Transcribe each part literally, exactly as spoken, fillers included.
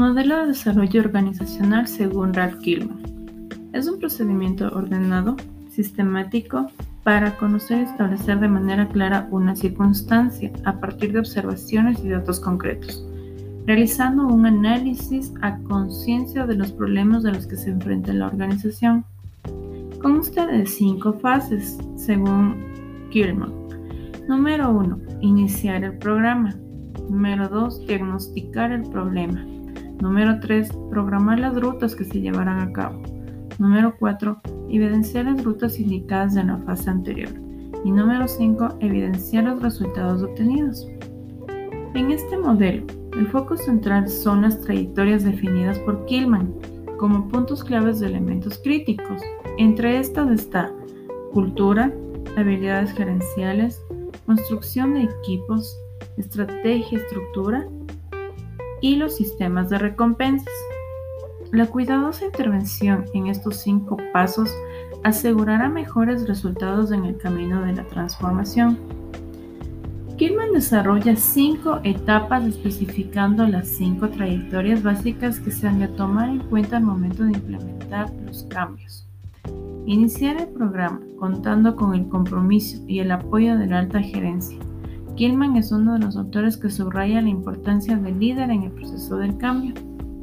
Modelo de desarrollo organizacional según Ralph Gilman. Es un procedimiento ordenado, sistemático, para conocer y establecer de manera clara una circunstancia a partir de observaciones y datos concretos, realizando un análisis a conciencia de los problemas a los que se enfrenta la organización. Consta de cinco fases, según Gilman. Número uno. Iniciar el programa. Número dos. Diagnosticar el problema. Número tres. Programar las rutas que se llevarán a cabo. Número cuatro. Evidenciar las rutas indicadas en la fase anterior. Y número cinco. Evidenciar los resultados obtenidos. En este modelo, el foco central son las trayectorias definidas por Gilman como puntos claves de elementos críticos. Entre estas está cultura, habilidades gerenciales, construcción de equipos, estrategia, estructura y los sistemas de recompensas. La cuidadosa intervención en estos cinco pasos asegurará mejores resultados en el camino de la transformación. Gilman desarrolla cinco etapas especificando las cinco trayectorias básicas que se han de tomar en cuenta al momento de implementar los cambios. Iniciar el programa contando con el compromiso y el apoyo de la alta gerencia. Gilman es uno de los autores que subraya la importancia del líder en el proceso del cambio.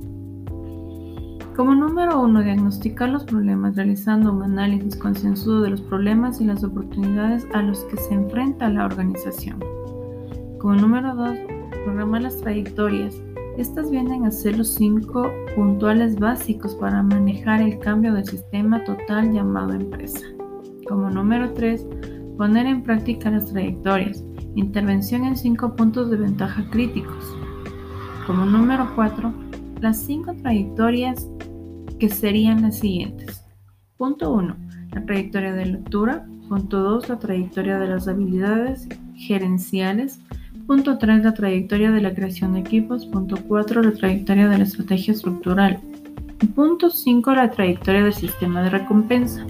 Como número uno, diagnosticar los problemas realizando un análisis concienzudo de los problemas y las oportunidades a los que se enfrenta la organización. Como número dos, programar las trayectorias. Estas vienen a ser los cinco puntuales básicos para manejar el cambio del sistema total llamado empresa. Como número tres, poner en práctica las trayectorias. Intervención en cinco puntos de ventaja críticos. Como número cuatro, las cinco trayectorias que serían las siguientes. Punto uno, la trayectoria de lectura. Punto dos, la trayectoria de las habilidades gerenciales. Punto tres, la trayectoria de la creación de equipos. Punto cuatro, la trayectoria de la estrategia estructural. Y punto cinco, la trayectoria del sistema de recompensa.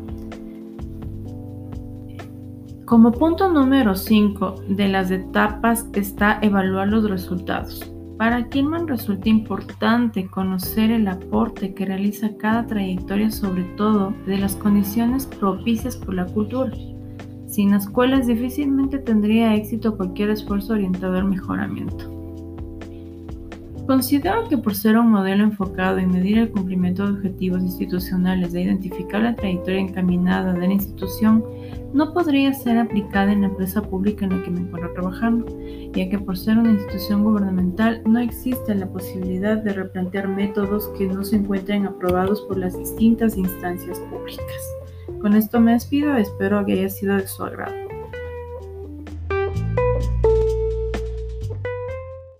Como punto número cinco de las etapas está evaluar los resultados. Para Gilman resulta importante conocer el aporte que realiza cada trayectoria, sobre todo de las condiciones propicias por la cultura, sin las cuales difícilmente tendría éxito cualquier esfuerzo orientado al mejoramiento. Considero que por ser un modelo enfocado en medir el cumplimiento de objetivos institucionales e identificar la trayectoria encaminada de la institución, no podría ser aplicada en la empresa pública en la que me encuentro trabajando, ya que por ser una institución gubernamental no existe la posibilidad de replantear métodos que no se encuentren aprobados por las distintas instancias públicas. Con esto me despido, espero que haya sido de su agrado.